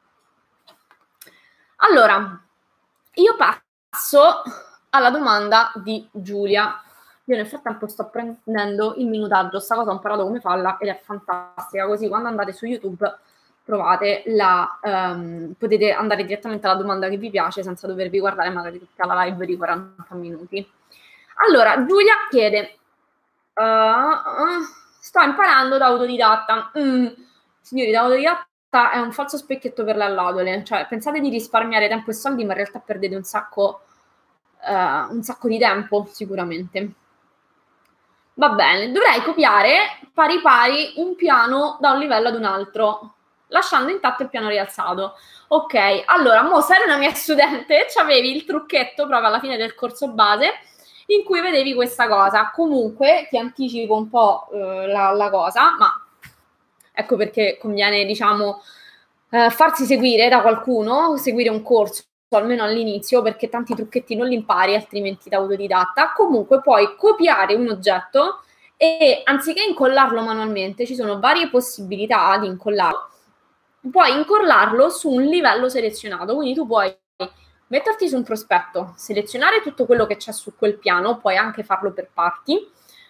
Allora, io passo alla domanda di Giulia. Io nel frattempo sto prendendo il minutaggio, sta cosa ho imparato come farla ed è fantastica, così quando andate su YouTube provate la, um, potete andare direttamente alla domanda che vi piace senza dovervi guardare magari tutta la live di quaranta minuti. Allora, Giulia chiede, uh, uh, sto imparando da autodidatta. Mm, signori, da autodidatta è un falso specchietto per le allodole, cioè pensate di risparmiare tempo e soldi, ma in realtà perdete un sacco, uh, un sacco di tempo sicuramente. Va bene, dovrei copiare pari pari un piano da un livello ad un altro, lasciando intatto il piano rialzato. Ok, allora, mo sei una mia studente, c'avevi il trucchetto proprio alla fine del corso base in cui vedevi questa cosa. Comunque ti anticipo un po' eh, la, la cosa, ma ecco perché conviene, diciamo, eh, farsi seguire da qualcuno, seguire un corso almeno all'inizio, perché tanti trucchetti non li impari altrimenti da autodidatta. Comunque puoi copiare un oggetto e anziché incollarlo manualmente, ci sono varie possibilità di incollarlo, puoi incollarlo su un livello selezionato, quindi tu puoi metterti su un prospetto, selezionare tutto quello che c'è su quel piano, puoi anche farlo per parti,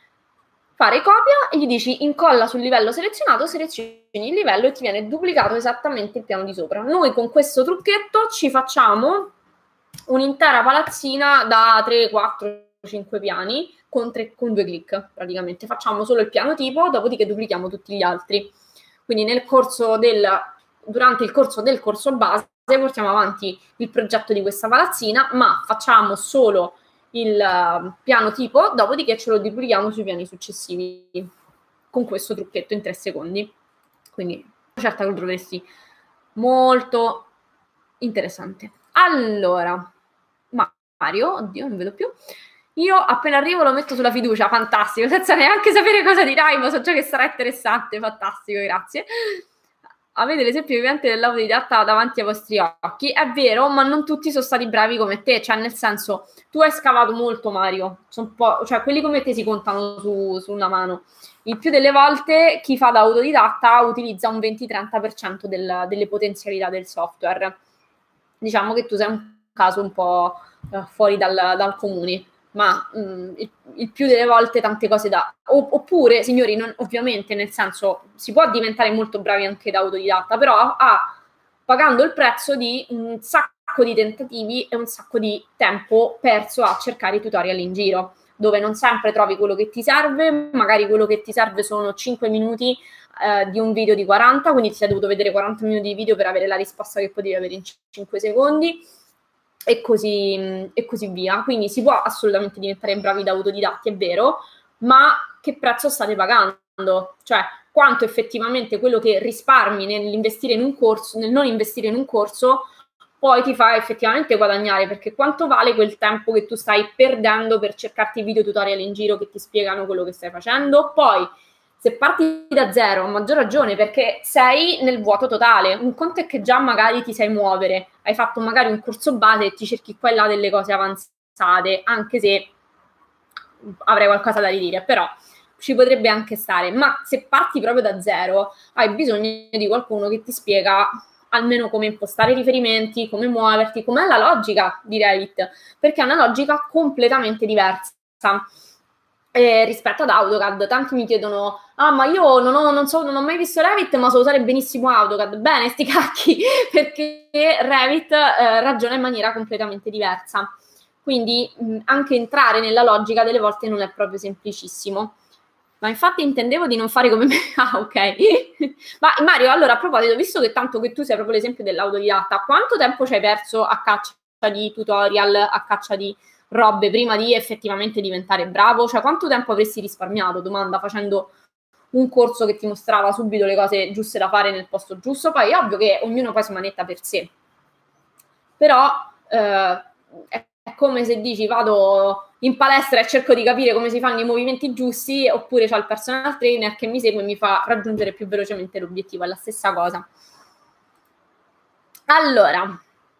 fare copia e gli dici incolla sul livello selezionato, selezioni il livello e ti viene duplicato esattamente il piano di sopra. Noi con questo trucchetto ci facciamo un'intera palazzina da tre, quattro, cinque piani con, tre, con due clic praticamente. Facciamo solo il piano tipo, dopodiché duplichiamo tutti gli altri. Quindi nel corso del, durante il corso del corso base portiamo avanti il progetto di questa palazzina, ma facciamo solo il uh, piano tipo, dopodiché ce lo duplichiamo sui piani successivi con questo trucchetto in tre secondi. Quindi certo che lo troveresti molto interessante. Allora, Mario, oddio, non vedo più. Io appena arrivo lo metto sulla fiducia, fantastico, senza neanche sapere cosa dirai, ma so già che sarà interessante, fantastico, grazie. Avete l'esempio vivente dell'autodidatta davanti ai vostri occhi, è vero, ma non tutti sono stati bravi come te, cioè nel senso, tu hai scavato molto, Mario, sono un po', cioè quelli come te si contano su, su una mano. Il più delle volte chi fa da autodidatta utilizza un venti trenta per cento del, delle potenzialità del software. Diciamo che tu sei un caso un po' uh, fuori dal, dal comune, ma mh, il, il più delle volte tante cose da... O, oppure, signori, non, ovviamente, nel senso, si può diventare molto bravi anche da autodidatta, però ha, pagando il prezzo di un sacco di tentativi e un sacco di tempo perso a cercare i tutorial in giro, dove non sempre trovi quello che ti serve, magari quello che ti serve sono cinque minuti eh, di un video di quaranta, quindi ti sei dovuto vedere quaranta minuti di video per avere la risposta che potevi avere in cinque secondi, e così, e così via. Quindi si può assolutamente diventare bravi da autodidatti, è vero, ma che prezzo state pagando? Cioè, quanto effettivamente quello che risparmi nell'investire in un corso, nel non investire in un corso, poi ti fa effettivamente guadagnare, perché quanto vale quel tempo che tu stai perdendo per cercarti video tutorial in giro che ti spiegano quello che stai facendo? Poi, se parti da zero, a maggior ragione, perché sei nel vuoto totale. Un conto è che già magari ti sai muovere, hai fatto magari un corso base e ti cerchi qua e là delle cose avanzate, anche se avrei qualcosa da ridire, però ci potrebbe anche stare. Ma se parti proprio da zero, hai bisogno di qualcuno che ti spiega almeno come impostare i riferimenti, come muoverti, com'è la logica di Revit, perché è una logica completamente diversa eh, rispetto ad AutoCAD. Tanti mi chiedono, ah ma io non ho, non so, non ho mai visto Revit, ma so usare benissimo AutoCAD. Bene, sti cacchi, perché Revit eh, ragiona in maniera completamente diversa. Quindi mh, anche entrare nella logica delle volte non è proprio semplicissimo. Ma infatti intendevo di non fare come me. Ah, ok. Ma Mario, allora a proposito, visto che tanto che tu sei proprio l'esempio dell'autodidatta, quanto tempo ci hai perso a caccia di tutorial, a caccia di robe prima di effettivamente diventare bravo? Cioè, quanto tempo avresti risparmiato, domanda, facendo un corso che ti mostrava subito le cose giuste da fare nel posto giusto? Poi è ovvio che ognuno poi si manetta per sé. Però eh, è è come se dici vado in palestra e cerco di capire come si fanno i movimenti giusti, oppure c'ho il personal trainer che mi segue e mi fa raggiungere più velocemente l'obiettivo, è la stessa cosa. Allora,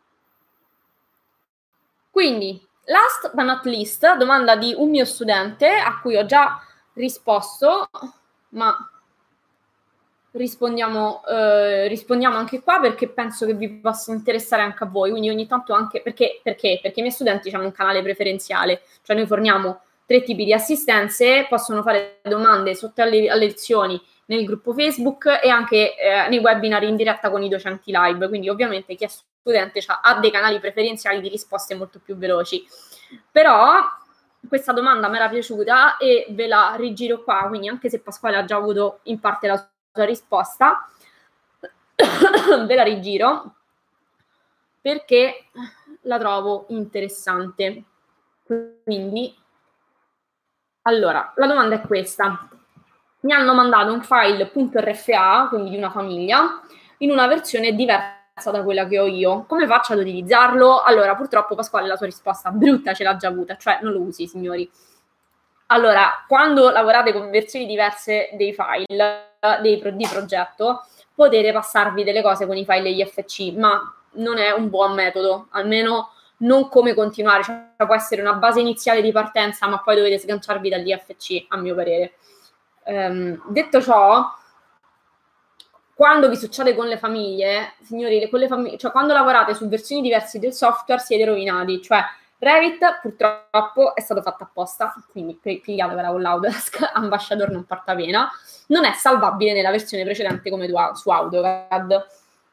quindi, last but not least, domanda di un mio studente a cui ho già risposto, ma rispondiamo, eh, rispondiamo anche qua perché penso che vi possa interessare anche a voi, quindi ogni tanto anche, perché, perché? Perché i miei studenti hanno un canale preferenziale, cioè noi forniamo tre tipi di assistenze, possono fare domande sotto alle, alle lezioni nel gruppo Facebook e anche eh, nei webinar in diretta con i docenti live, quindi ovviamente chi è studente ha dei canali preferenziali di risposte molto più veloci. Però questa domanda mi era piaciuta e ve la rigiro qua, quindi anche se Pasquale ha già avuto in parte la sua risposta, ve la rigiro perché la trovo interessante. Quindi, allora, la domanda è questa. Mi hanno mandato un file .rfa, quindi di una famiglia, in una versione diversa da quella che ho io. Come faccio ad utilizzarlo? Allora, purtroppo Pasquale la sua risposta brutta ce l'ha già avuta, cioè non lo usi, signori. Allora, quando lavorate con versioni diverse dei file dei pro- di progetto, potete passarvi delle cose con i file I F C, ma non è un buon metodo, almeno non come continuare, cioè può essere una base iniziale di partenza, ma poi dovete sganciarvi dall'I F C, a mio parere. Um, detto ciò, quando vi succede con le famiglie, signori, le, con le famiglie, cioè quando lavorate su versioni diverse del software siete rovinati, cioè Revit purtroppo è stato fatto apposta, quindi pigliatevela con l'Autodesk, Ambassador non porta pena, non è salvabile nella versione precedente come tu, su AutoCAD.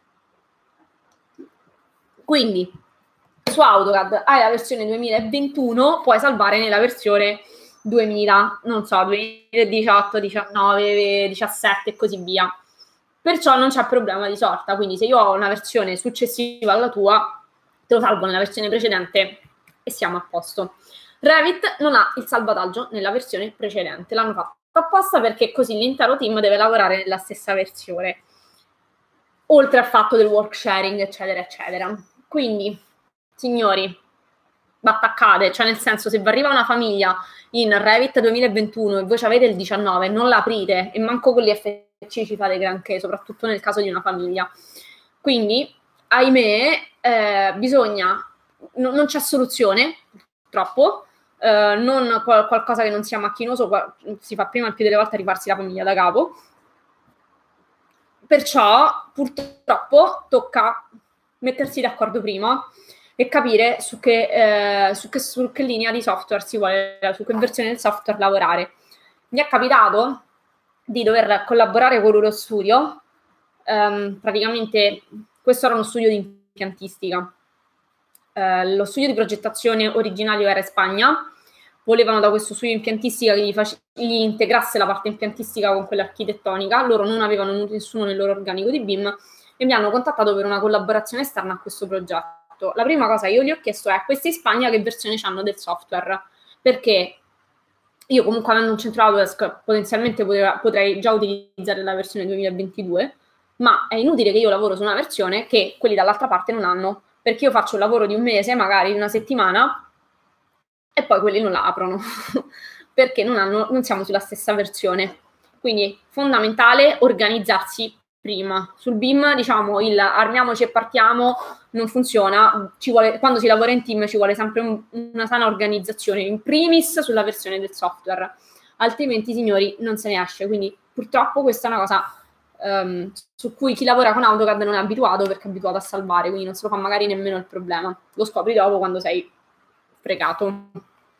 Quindi su AutoCAD hai la versione duemilaventuno, puoi salvare nella versione duemila, non so, duemiladiciotto, diciannove, diciassette e così via. Perciò non c'è problema di sorta, quindi se io ho una versione successiva alla tua, te lo salvo nella versione precedente e siamo a posto. Revit non ha il salvataggio nella versione precedente, l'hanno fatto apposta perché così l'intero team deve lavorare nella stessa versione, oltre al fatto del work sharing, eccetera, eccetera. Quindi, signori, battaccate, cioè nel senso, se vi arriva una famiglia in Revit duemilaventuno e voi avete il diciannove, non l'aprite e manco con gli F C ci fate granché, soprattutto nel caso di una famiglia. Quindi, ahimè, eh, bisogna, no, non c'è soluzione, purtroppo, eh, non qual- qualcosa che non sia macchinoso, qual- si fa prima il più delle volte a rifarsi la famiglia da capo. Perciò, purtroppo, tocca mettersi d'accordo prima e capire su che, eh, su, che, su che linea di software si vuole, su che versione del software lavorare. Mi è capitato di dover collaborare con uno studio, um, praticamente questo era uno studio di impiantistica, uh, lo studio di progettazione originario era in Spagna, volevano da questo studio di impiantistica che gli, face- gli integrasse la parte impiantistica con quella architettonica, loro non avevano nessuno nel loro organico di B I M e mi hanno contattato per una collaborazione esterna a questo progetto. La prima cosa che io gli ho chiesto è: questi in Spagna che versione hanno del software? Perché io comunque avendo un centro Autodesk potenzialmente poteva, potrei già utilizzare la versione duemilaventidue, ma è inutile che io lavoro su una versione che quelli dall'altra parte non hanno, perché io faccio un lavoro di un mese, magari di una settimana, e poi quelli non la aprono, perché non, hanno, non siamo sulla stessa versione. Quindi fondamentale organizzarsi prima. Sul B I M, diciamo, il armiamoci e partiamo non funziona. Ci vuole, quando si lavora in team ci vuole sempre un, una sana organizzazione, in primis sulla versione del software. Altrimenti, signori, non se ne esce. Quindi purtroppo questa è una cosa um, su cui chi lavora con AutoCAD non è abituato, perché è abituato a salvare, quindi non se lo fa magari nemmeno il problema. Lo scopri dopo quando sei fregato.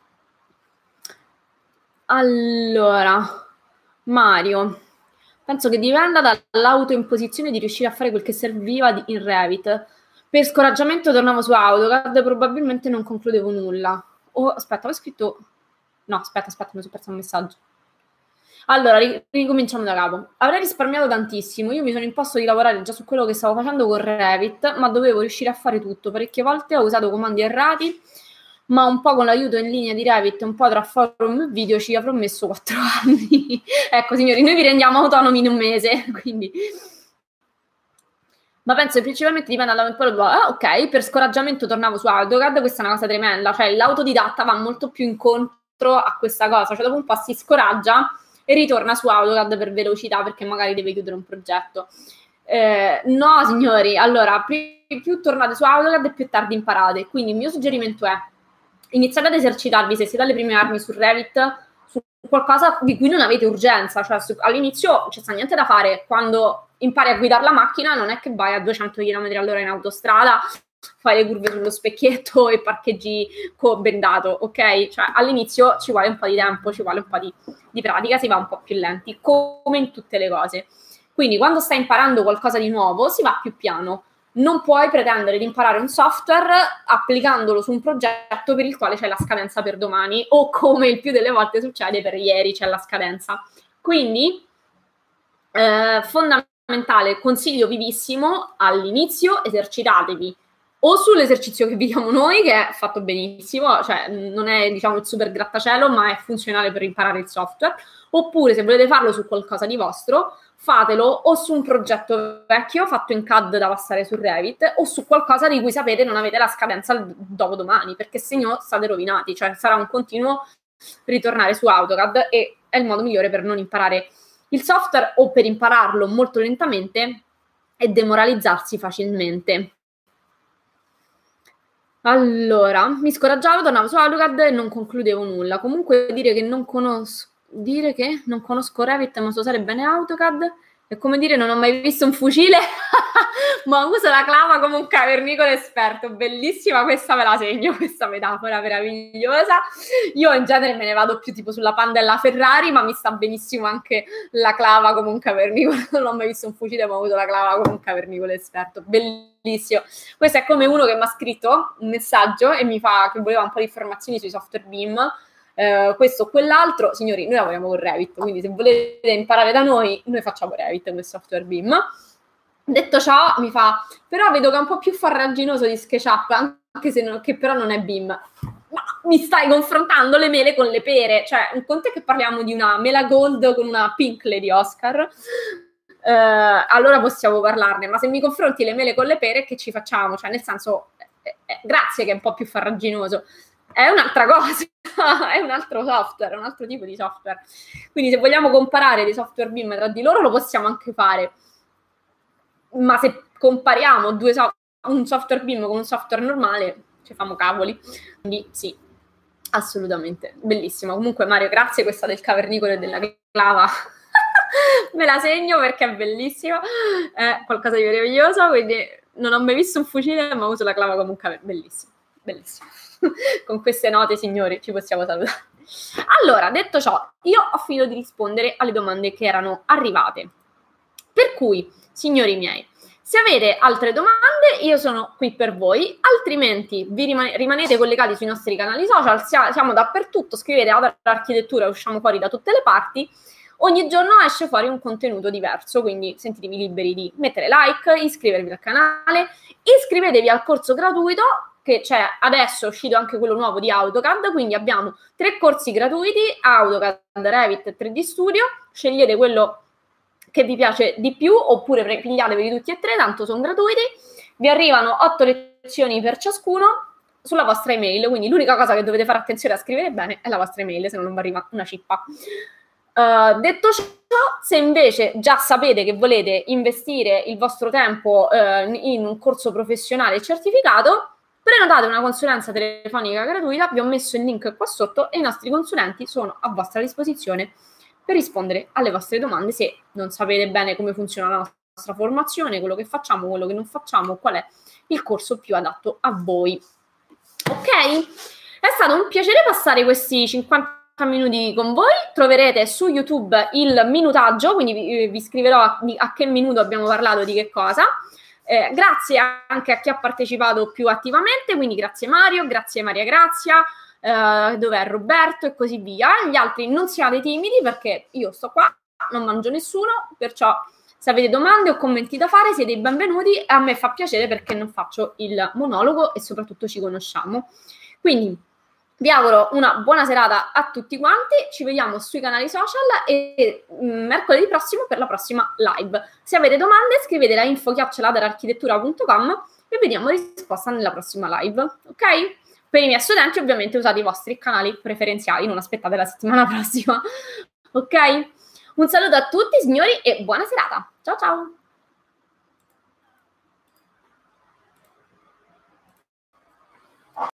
Allora, Mario, penso che dipenda dall'autoimposizione di riuscire a fare quel che serviva di, in Revit. Per scoraggiamento tornavo su AutoCAD, probabilmente non concludevo nulla. Oh, aspetta, ho scritto... No, aspetta, aspetta, mi sono perso un messaggio. Allora, ricominciamo da capo. Avrei risparmiato tantissimo. Io mi sono imposto di lavorare già su quello che stavo facendo con Revit, ma dovevo riuscire a fare tutto. Parecchie volte ho usato comandi errati, ma un po' con l'aiuto in linea di Revit, un po' tra forum e video ci avrò messo quattro anni. Ecco, signori, noi vi rendiamo autonomi in un mese, quindi... Ma penso che principalmente dipenda dall'autore. Ah, ok, per scoraggiamento tornavo su AutoCAD, questa è una cosa tremenda, cioè l'autodidatta va molto più incontro a questa cosa, cioè dopo un po' si scoraggia e ritorna su AutoCAD per velocità, perché magari deve chiudere un progetto. Eh, no, signori, allora, più, più tornate su AutoCAD e più tardi imparate, quindi il mio suggerimento è: iniziate ad esercitarvi, se siete alle prime armi, su Revit, su qualcosa di cui non avete urgenza, cioè su, all'inizio non c'è niente da fare. Quando impari a guidare la macchina non è che vai a duecento chilometri all'ora in autostrada, fai le curve sullo specchietto e parcheggi co-bendato, ok? Cioè all'inizio ci vuole un po' di tempo, ci vuole un po' di, di pratica, si va un po' più lenti, come in tutte le cose. Quindi quando stai imparando qualcosa di nuovo si va più piano. Non puoi pretendere di imparare un software applicandolo su un progetto per il quale c'è la scadenza per domani, o come il più delle volte succede, per ieri c'è la scadenza. Quindi eh, fondamentale, consiglio vivissimo: all'inizio esercitatevi o sull'esercizio che vi diamo noi, che è fatto benissimo, cioè non è, diciamo, il super grattacielo, ma è funzionale per imparare il software, oppure se volete farlo su qualcosa di vostro, fatelo o su un progetto vecchio fatto in C A D da passare su Revit, o su qualcosa di cui sapete non avete la scadenza dopo domani, perché se no state rovinati, cioè sarà un continuo ritornare su AutoCAD e è il modo migliore per non imparare il software o per impararlo molto lentamente e demoralizzarsi facilmente. Allora, mi scoraggiavo, tornavo su AutoCAD e non concludevo nulla. Comunque dire che non conosco, dire che non conosco Revit ma so usare bene AutoCAD È come dire non ho mai visto un fucile, ma uso la clava come un cavernicolo esperto. Bellissima, questa me la segno, questa metafora meravigliosa. Io in genere me ne vado più tipo sulla Pandella Ferrari, ma mi sta benissimo anche la clava come un cavernicolo. Non ho mai visto un fucile, ma uso la clava come un cavernicolo esperto. Bellissimo. Questo è come uno che mi ha scritto un messaggio e mi fa che voleva un po' di informazioni sui software B I M. Uh, questo o quell'altro. Signori, noi lavoriamo con Revit, quindi se volete imparare da noi, noi facciamo Revit come software B I M. Detto ciò, mi fa, però vedo che è un po' più farraginoso di SketchUp, anche se non, che però non è B I M. Ma mi stai confrontando le mele con le pere, cioè un conto è che parliamo di una mela gold con una pink Lady Oscar, uh, allora possiamo parlarne, ma se mi confronti le mele con le pere, che ci facciamo? Cioè nel senso, eh, eh, grazie che è un po' più farraginoso. È un'altra cosa, è un altro software, è un altro tipo di software. Quindi se vogliamo comparare dei software B I M tra di loro lo possiamo anche fare, ma se compariamo due so- un software B I M con un software normale ci famo cavoli. Quindi sì, assolutamente, bellissimo. Comunque Mario, grazie, questa del cavernicolo e della clava me la segno perché è bellissima, è qualcosa di meraviglioso. Quindi non ho mai visto un fucile, ma uso la clava come un cavernicolo. Bellissimo, bellissimo. Con queste note, signori, ci possiamo salutare. Allora, detto ciò, io ho finito di rispondere alle domande che erano arrivate. Per cui, signori miei, se avete altre domande, io sono qui per voi, altrimenti vi rimane- rimanete collegati sui nostri canali social, sia- siamo dappertutto, scrivete Ada Architettura, usciamo fuori da tutte le parti. Ogni giorno esce fuori un contenuto diverso, quindi sentitevi liberi di mettere like, iscrivervi al canale, iscrivetevi al corso gratuito, che c'è adesso, è uscito anche quello nuovo di AutoCAD, quindi abbiamo tre corsi gratuiti, AutoCAD, Revit e tre D Studio, scegliete quello che vi piace di più, oppure pigliatevi tutti e tre, tanto sono gratuiti, vi arrivano otto lezioni per ciascuno sulla vostra email, quindi l'unica cosa che dovete fare attenzione a scrivere bene è la vostra email, se no non vi arriva una cippa. Uh, detto ciò, se invece già sapete che volete investire il vostro tempo uh, in un corso professionale certificato, prenotate una consulenza telefonica gratuita, vi ho messo il link qua sotto e i nostri consulenti sono a vostra disposizione per rispondere alle vostre domande se non sapete bene come funziona la nostra formazione, quello che facciamo, quello che non facciamo, qual è il corso più adatto a voi. Ok? È stato un piacere passare questi cinquanta minuti con voi. Troverete su YouTube il minutaggio, quindi vi, vi scriverò a, a che minuto abbiamo parlato di che cosa. Eh, grazie anche a chi ha partecipato più attivamente, quindi grazie Mario, grazie Maria Grazia, eh, dov'è Roberto e così via. Gli altri non siate timidi perché io sto qua, non mangio nessuno, perciò se avete domande o commenti da fare siete i benvenuti. A me fa piacere perché non faccio il monologo e soprattutto ci conosciamo. Quindi vi auguro una buona serata a tutti quanti, ci vediamo sui canali social e mh, mercoledì prossimo per la prossima live. Se avete domande scrivetela a info chiocciola adararchitettura punto com e vediamo risposta nella prossima live, ok? Per i miei studenti ovviamente usate i vostri canali preferenziali, non aspettate la settimana prossima, ok? Un saluto a tutti signori e buona serata, ciao ciao!